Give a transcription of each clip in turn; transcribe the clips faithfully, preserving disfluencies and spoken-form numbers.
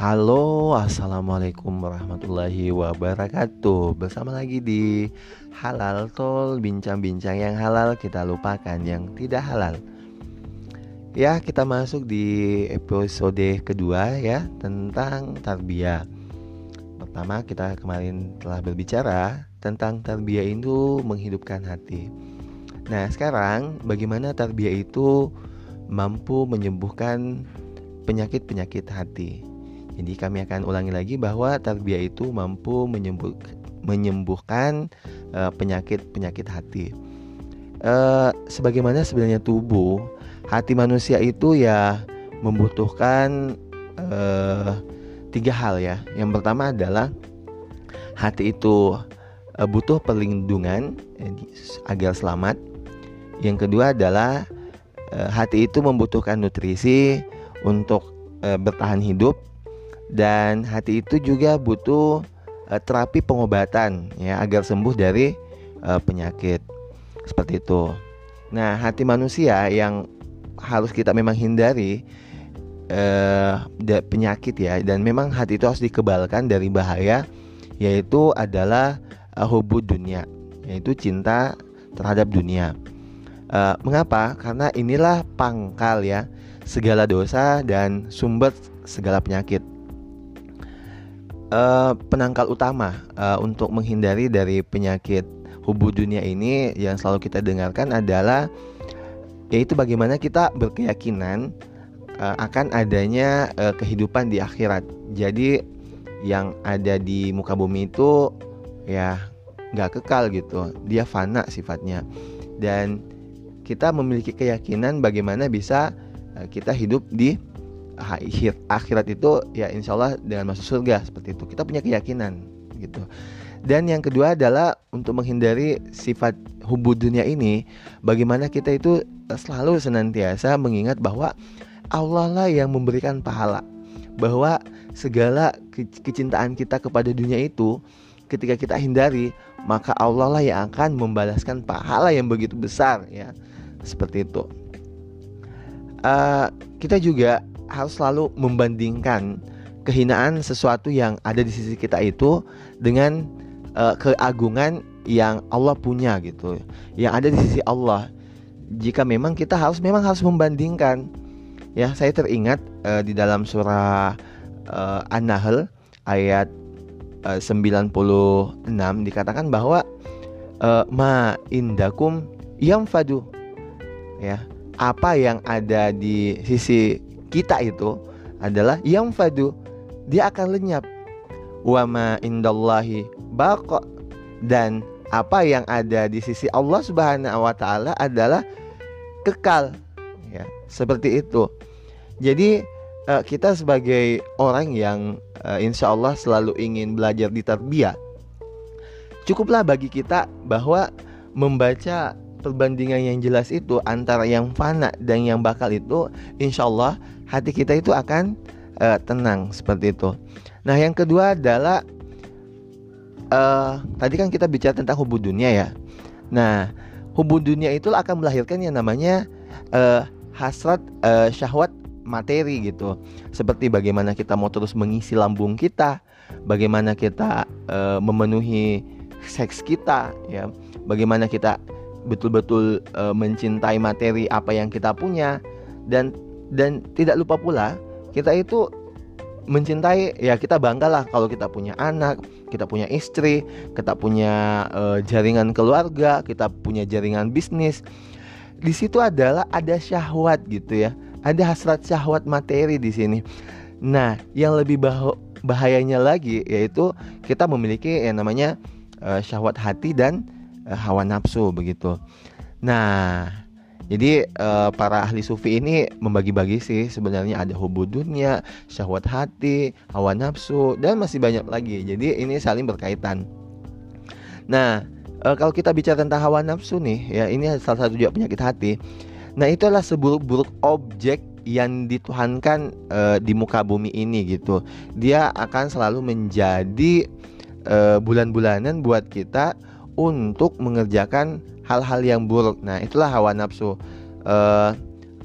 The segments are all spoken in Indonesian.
Halo, assalamualaikum warahmatullahi wabarakatuh. Bersama lagi di Halal Tol, bincang-bincang yang halal kita lupakan yang tidak halal. Ya, kita masuk di episode kedua ya, tentang tarbiyah. Pertama, kita kemarin telah berbicara tentang tarbiyah itu menghidupkan hati. Nah, sekarang bagaimana tarbiyah itu mampu menyembuhkan penyakit-penyakit hati. Jadi kami akan ulangi lagi bahwa tarbiyah itu mampu menyembuh, menyembuhkan uh, penyakit-penyakit hati. Uh, sebagaimana sebenarnya tubuh, hati manusia itu ya membutuhkan uh, tiga hal ya. Yang pertama adalah hati itu uh, butuh perlindungan eh, agar selamat. Yang kedua adalah uh, hati itu membutuhkan nutrisi untuk uh, bertahan hidup. Dan hati itu juga butuh uh, terapi pengobatan ya agar sembuh dari uh, penyakit seperti itu. Nah, hati manusia yang harus kita memang hindari uh, penyakit ya, dan memang hati itu harus dikebalkan dari bahaya, yaitu adalah uh, hubud dunia, yaitu cinta terhadap dunia. Uh, mengapa? Karena inilah pangkal ya segala dosa dan sumber segala penyakit. Uh, penangkal utama uh, untuk menghindari dari penyakit hubud dunia ini yang selalu kita dengarkan adalah yaitu bagaimana kita berkeyakinan uh, akan adanya uh, kehidupan di akhirat. Jadi yang ada di muka bumi itu ya gak kekal gitu, dia fana sifatnya. Dan kita memiliki keyakinan bagaimana bisa uh, kita hidup di akhirat itu ya insya Allah dengan masuk surga, seperti itu. Kita punya keyakinan gitu. Dan yang kedua adalah untuk menghindari sifat hubud dunia ini, bagaimana kita itu selalu senantiasa mengingat bahwa Allah lah yang memberikan pahala, bahwa segala ke- kecintaan kita kepada dunia itu ketika kita hindari, maka Allah lah yang akan membalaskan pahala yang begitu besar ya, seperti itu. Uh, kita juga harus selalu membandingkan kehinaan sesuatu yang ada di sisi kita itu dengan uh, keagungan yang Allah punya gitu, yang ada di sisi Allah. Jika memang kita harus memang harus membandingkan ya. Saya teringat uh, di dalam surah uh, An-Nahl ayat uh, sembilan puluh enam dikatakan bahwa uh, ma indakum yamfadu ya, apa yang ada di sisi kita itu adalah yang fadu, dia akan lenyap. Wa ma indallahi baqa, dan apa yang ada di sisi Allah Subhanahu wa taala adalah kekal ya, seperti itu. Jadi uh, kita sebagai orang yang uh, insya Allah selalu ingin belajar di tarbiyah, cukuplah bagi kita bahwa membaca perbandingan yang jelas itu antara yang fana dan yang bakal itu, insya Allah hati kita itu akan uh, tenang, seperti itu. Nah, yang kedua adalah uh, tadi kan kita bicara tentang hubud dunia ya. Nah, hubud dunia itu akan melahirkan yang namanya uh, hasrat uh, syahwat materi gitu. Seperti bagaimana kita mau terus mengisi lambung kita, bagaimana kita uh, memenuhi seks kita ya, bagaimana kita betul-betul uh, mencintai materi apa yang kita punya, dan dan tidak lupa pula kita itu mencintai ya, kita banggalah kalau kita punya anak, kita punya istri, kita punya uh, jaringan keluarga, kita punya jaringan bisnis. Di situ adalah ada syahwat gitu ya, ada hasrat syahwat materi di sini. Nah, yang lebih bah- bahayanya lagi yaitu kita memiliki yang namanya uh, syahwat hati dan hawa nafsu begitu. Nah, jadi uh, para ahli sufi ini membagi-bagi sih sebenarnya, ada hubud dunia, syahwat hati, hawa nafsu, dan masih banyak lagi. Jadi ini saling berkaitan. Nah, uh, kalau kita bicara tentang hawa nafsu nih ya, ini salah satu juga penyakit hati. Nah, itu adalah seburuk-buruk objek yang dituhankan uh, di muka bumi ini gitu. Dia akan selalu menjadi uh, bulan-bulanan buat kita untuk mengerjakan hal-hal yang buruk. Nah, itulah hawa nafsu. uh,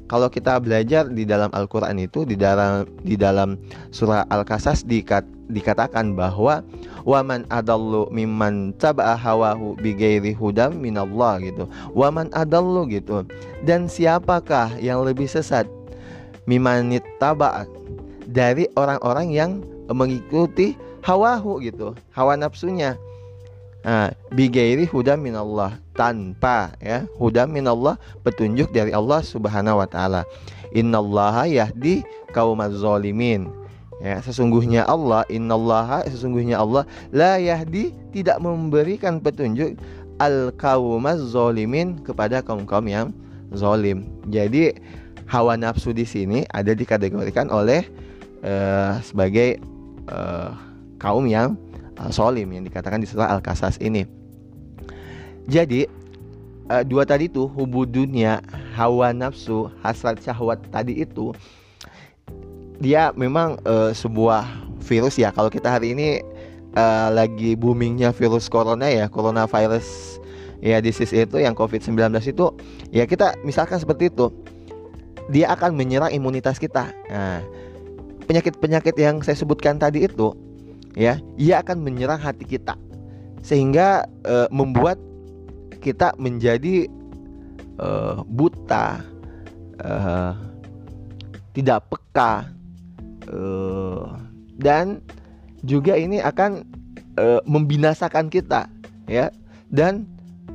kalau kita belajar di dalam Al-Qur'an itu, di dalam di dalam surah Al-Qasas dikat, dikatakan bahwa waman adallu mimman taba'a hawahu bighairi hudam minallah gitu. Waman adallu gitu. Dan siapakah yang lebih sesat mimman ittaba'a, dari orang-orang yang mengikuti hawahu gitu, hawa nafsunya. Nah, bighairi hudam minallah, tanpa ya hudam minallah, petunjuk dari Allah Subhanahu wa taala. Innallaha yahdi qaumaz zalimin. Ya, sesungguhnya Allah, innallaha, sesungguhnya Allah la yahdi, tidak memberikan petunjuk al qaumaz zalimin, kepada kaum-kaum yang zalim. Jadi hawa nafsu di sini ada dikategorikan oleh uh, sebagai uh, kaum yang zalim yang dikatakan di surah Al-Qasas ini. Jadi uh, dua tadi itu, hubud dunia, hawa nafsu, hasrat syahwat tadi itu, dia memang uh, sebuah virus ya. Kalau kita hari ini uh, lagi boomingnya virus corona ya, coronavirus ya, disease itu yang covid sembilan belas itu, ya kita misalkan seperti itu, dia akan menyerang imunitas kita. Nah, penyakit-penyakit yang saya sebutkan tadi itu ya, ia akan menyerang hati kita, sehingga e, membuat kita menjadi e, buta, e, tidak peka, e, dan juga ini akan e, membinasakan kita ya, dan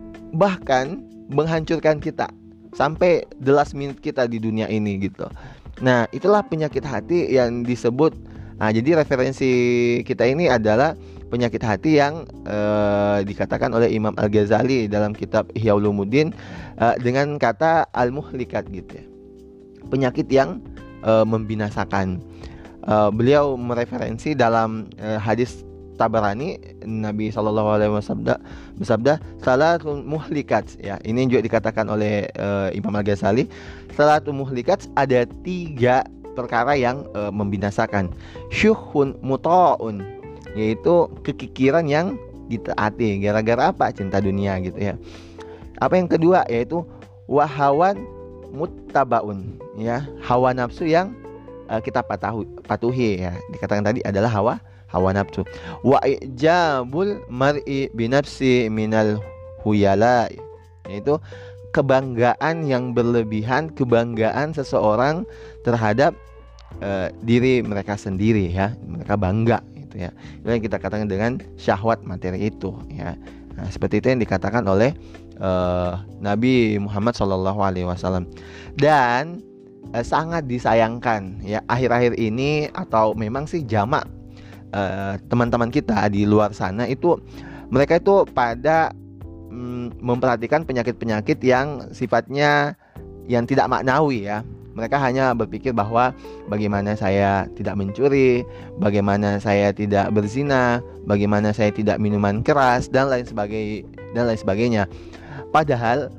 bahkan menghancurkan kita sampai the last minute kita di dunia ini gitu. Nah, itulah penyakit hati yang disebut. Nah, jadi referensi kita ini adalah penyakit hati yang uh, dikatakan oleh Imam Al-Ghazali dalam kitab Ihya Ulumuddin uh, dengan kata al-muhlikat gitu ya. Penyakit yang uh, membinasakan. Uh, beliau mereferensi dalam uh, hadis Tabarani, Nabi shallallahu alaihi wasallam bersabda, salatul muhlikat ya. Ini juga dikatakan oleh uh, Imam Al-Ghazali, salatul muhlikat, ada tiga perkara yang e, membinasakan. Syuhun muta'un, yaitu kekikiran yang ditaati. Gara-gara apa? Cinta dunia gitu ya. Apa yang kedua? Yaitu wahawan muttabaun ya, hawa nafsu yang e, kita patuhi, patuhi ya. Dikatakan tadi adalah hawa hawa nafsu. Wa ijabul mar'i binafsi minal huyala, yaitu kebanggaan yang berlebihan, kebanggaan seseorang terhadap uh, diri mereka sendiri ya, mereka bangga gitu ya. Itu yang kita katakan dengan syahwat materi itu ya. Nah, seperti itu yang dikatakan oleh uh, Nabi Muhammad shallallahu alaihi wasallam. Dan uh, sangat disayangkan ya, akhir-akhir ini, atau memang sih jamak uh, teman-teman kita di luar sana itu, mereka itu pada memperhatikan penyakit-penyakit yang sifatnya yang tidak maknawi ya. Mereka hanya berpikir bahwa bagaimana saya tidak mencuri, bagaimana saya tidak berzina, bagaimana saya tidak minuman keras, dan lain sebagainya dan lain sebagainya. Padahal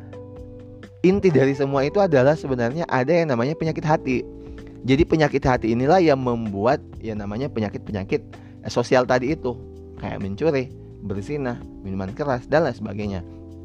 inti dari semua itu adalah sebenarnya ada yang namanya penyakit hati. Jadi penyakit hati inilah yang membuat yang namanya penyakit-penyakit sosial tadi itu, kayak mencuri, berzina, minuman keras, dan lain sebagainya.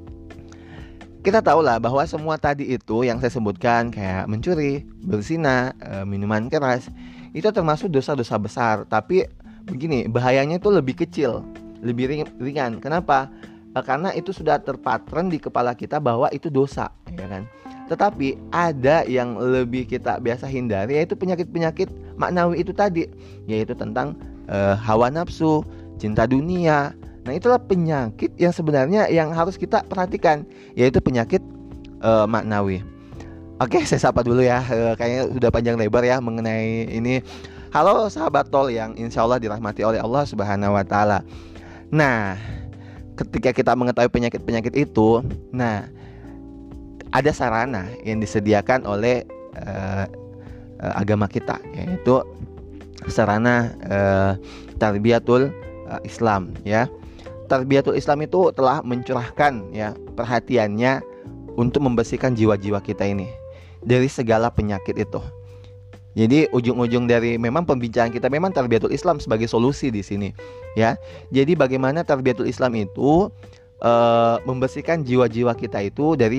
Kita tahu lah bahwa semua tadi itu yang saya sebutkan, kayak mencuri, berzina, e, minuman keras, itu termasuk dosa-dosa besar. Tapi begini, bahayanya itu lebih kecil, lebih ringan. Kenapa? E, karena itu sudah terpatren di kepala kita bahwa itu dosa, ya kan? Tetapi ada yang lebih kita biasa hindari, yaitu penyakit-penyakit maknawi itu tadi, yaitu tentang e, hawa nafsu, cinta dunia. Nah, itulah penyakit yang sebenarnya yang harus kita perhatikan, yaitu penyakit uh, maknawi. Oke, saya sapa dulu ya, uh, kayaknya sudah panjang lebar ya mengenai ini. Halo sahabat tol yang insya Allah dirahmati oleh Allah Subhanahu wa taala. Nah, ketika kita mengetahui penyakit-penyakit itu, nah ada sarana yang disediakan oleh uh, uh, agama kita, yaitu sarana uh, tarbiyatul uh, Islam ya. Tarbiyatul Islam itu telah mencurahkan ya perhatiannya untuk membersihkan jiwa-jiwa kita ini dari segala penyakit itu. Jadi ujung-ujung dari memang pembicaraan kita memang tarbiyatul Islam sebagai solusi di sini ya. Jadi bagaimana tarbiyatul Islam itu e, membersihkan jiwa-jiwa kita itu dari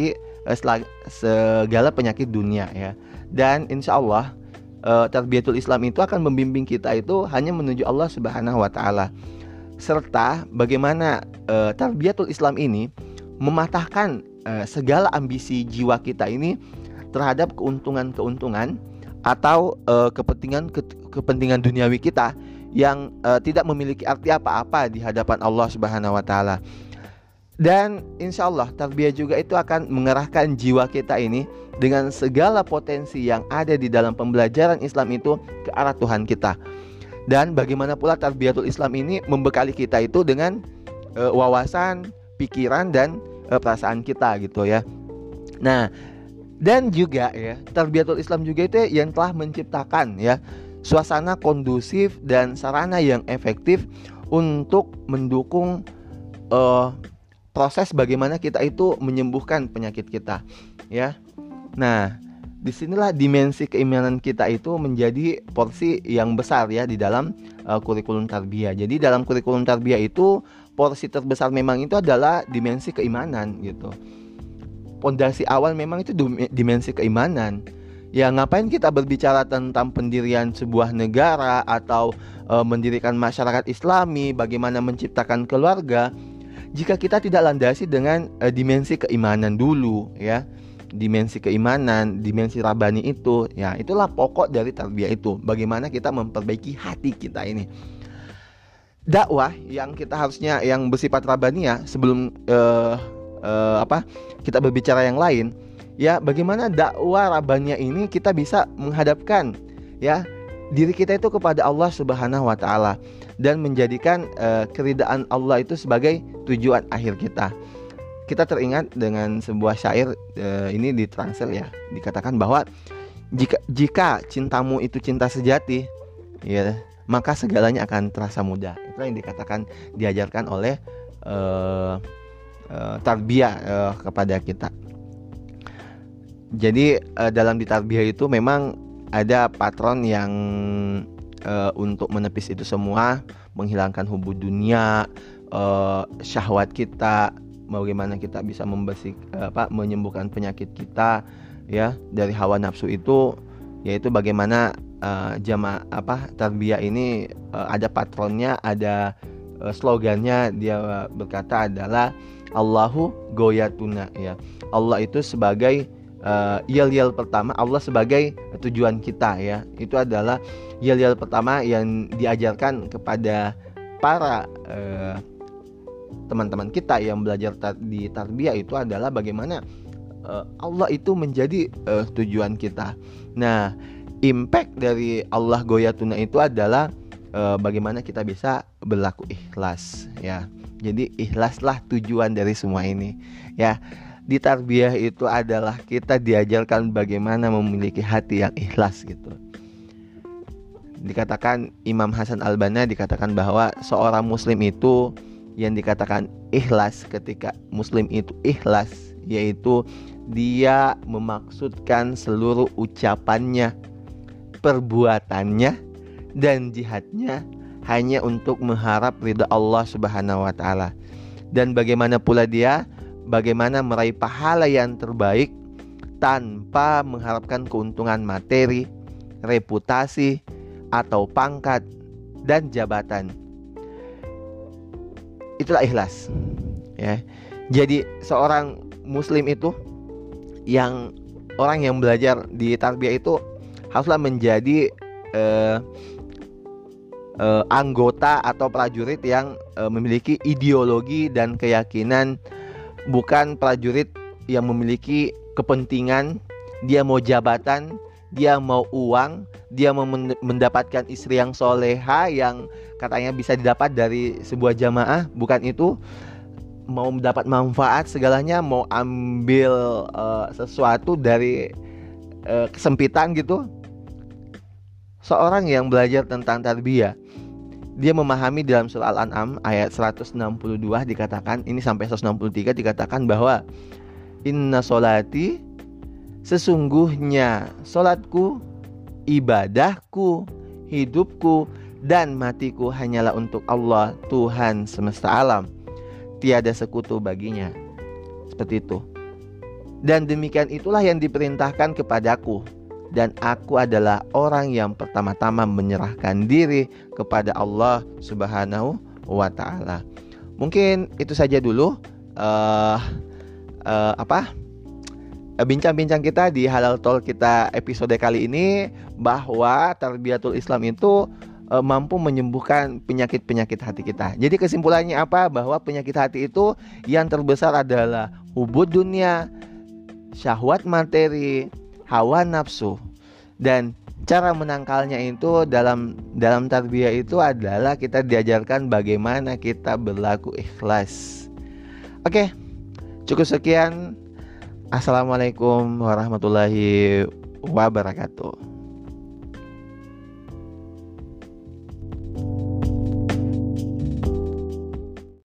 uh, segala penyakit dunia ya. Dan insya Allah uh, tarbiyatul Islam itu akan membimbing kita itu hanya menuju Allah Subhanahu wa taala. Serta bagaimana uh, tarbiyatul Islam ini mematahkan uh, segala ambisi jiwa kita ini terhadap keuntungan-keuntungan atau uh, kepentingan kepentingan duniawi kita yang uh, tidak memiliki arti apa-apa di hadapan Allah Subhanahu wa taala. Dan insya Allah tarbiyah juga itu akan mengerahkan jiwa kita ini dengan segala potensi yang ada di dalam pembelajaran Islam itu ke arah Tuhan kita. Dan bagaimana pula tarbiyatul Islam ini membekali kita itu dengan uh, wawasan, pikiran dan uh, perasaan kita gitu ya. Nah, dan juga ya tarbiyatul Islam juga itu yang telah menciptakan ya suasana kondusif dan sarana yang efektif untuk mendukung uh, proses bagaimana kita itu menyembuhkan penyakit kita ya. Nah, disinilah dimensi keimanan kita itu menjadi porsi yang besar ya di dalam uh, kurikulum tarbiyah. Jadi dalam kurikulum tarbiyah itu porsi terbesar memang itu adalah dimensi keimanan gitu. Pondasi awal memang itu dimensi keimanan. Ya, ngapain kita berbicara tentang pendirian sebuah negara atau e, mendirikan masyarakat Islami, bagaimana menciptakan keluarga, jika kita tidak landasi dengan e, dimensi keimanan dulu ya. Dimensi keimanan, dimensi rabani itu, ya itulah pokok dari tarbiyah itu. Bagaimana kita memperbaiki hati kita ini. Dakwah yang kita harusnya yang bersifat rabani ya, sebelum e, e, apa kita berbicara yang lain. Ya, bagaimana dakwah rabbaniyah ini kita bisa menghadapkan ya diri kita itu kepada Allah Subhanahu wa taala dan menjadikan uh, keridaan Allah itu sebagai tujuan akhir kita. Kita teringat dengan sebuah syair uh, ini ditranslate ya, dikatakan bahwa jika jika cintamu itu cinta sejati ya, maka segalanya akan terasa mudah. Itu yang dikatakan diajarkan oleh uh, uh, tarbiyah uh, kepada kita. Jadi uh, dalam ditarbiyah itu memang ada patron yang uh, untuk menepis itu semua, menghilangkan hubud dunia, uh, syahwat kita, bagaimana kita bisa membersih uh, apa menyembuhkan penyakit kita ya dari hawa nafsu itu, yaitu bagaimana uh, jamaah apa tarbiyah ini uh, ada patronnya, ada uh, slogannya, dia berkata adalah Allahu goyatuna ya. Allah itu sebagai Uh, yel-yel pertama, Allah sebagai tujuan kita ya. Itu adalah yel-yel pertama yang diajarkan kepada para uh, teman-teman kita yang belajar tar- di tarbiyah itu adalah bagaimana uh, Allah itu menjadi uh, tujuan kita. Nah, impact dari Allah goyatuna itu adalah uh, bagaimana kita bisa berlaku ikhlas ya. Jadi ikhlaslah tujuan dari semua ini ya. Di tarbiyah itu adalah kita diajarkan bagaimana memiliki hati yang ikhlas gitu. Dikatakan Imam Hasan Al-Banna dikatakan bahwa seorang muslim itu yang dikatakan ikhlas, ketika muslim itu ikhlas, yaitu dia memaksudkan seluruh ucapannya, perbuatannya dan jihadnya hanya untuk mengharap ridha Allah Subhanahu wa taala. Dan bagaimana pula dia bagaimana meraih pahala yang terbaik tanpa mengharapkan keuntungan materi, reputasi, atau pangkat dan jabatan. Itulah ikhlas ya. Jadi seorang muslim itu, yang orang yang belajar di tarbiyah itu haruslah menjadi eh, eh, anggota atau prajurit yang eh, memiliki ideologi dan keyakinan, bukan prajurit yang memiliki kepentingan, dia mau jabatan, dia mau uang, dia mau mendapatkan istri yang soleha yang katanya bisa didapat dari sebuah jamaah. Bukan itu, mau mendapat manfaat segalanya, mau ambil uh, sesuatu dari uh, kesempitan gitu. Seorang yang belajar tentang tarbiyah, dia memahami dalam surah Al-An'am ayat seratus enam puluh dua dikatakan, ini sampai seratus enam puluh tiga dikatakan bahwa inna sholati, sesungguhnya solatku, ibadahku, hidupku, dan matiku hanyalah untuk Allah, Tuhan semesta alam. Tiada sekutu baginya. Seperti itu. Dan demikian itulah yang diperintahkan kepadaku. Dan aku adalah orang yang pertama-tama menyerahkan diri kepada Allah Subhanahu wa ta'ala. Mungkin itu saja dulu uh, uh, apa bincang-bincang kita di Halal Talk kita episode kali ini, bahwa Tarbiyatul Islam itu uh, mampu menyembuhkan penyakit-penyakit hati kita. Jadi kesimpulannya apa? Bahwa penyakit hati itu yang terbesar adalah hubud dunia, syahwat materi, hawa nafsu. Dan cara menangkalnya itu dalam dalam tarbiyah itu adalah kita diajarkan bagaimana kita berlaku ikhlas. Oke, cukup sekian. Assalamualaikum warahmatullahi wabarakatuh.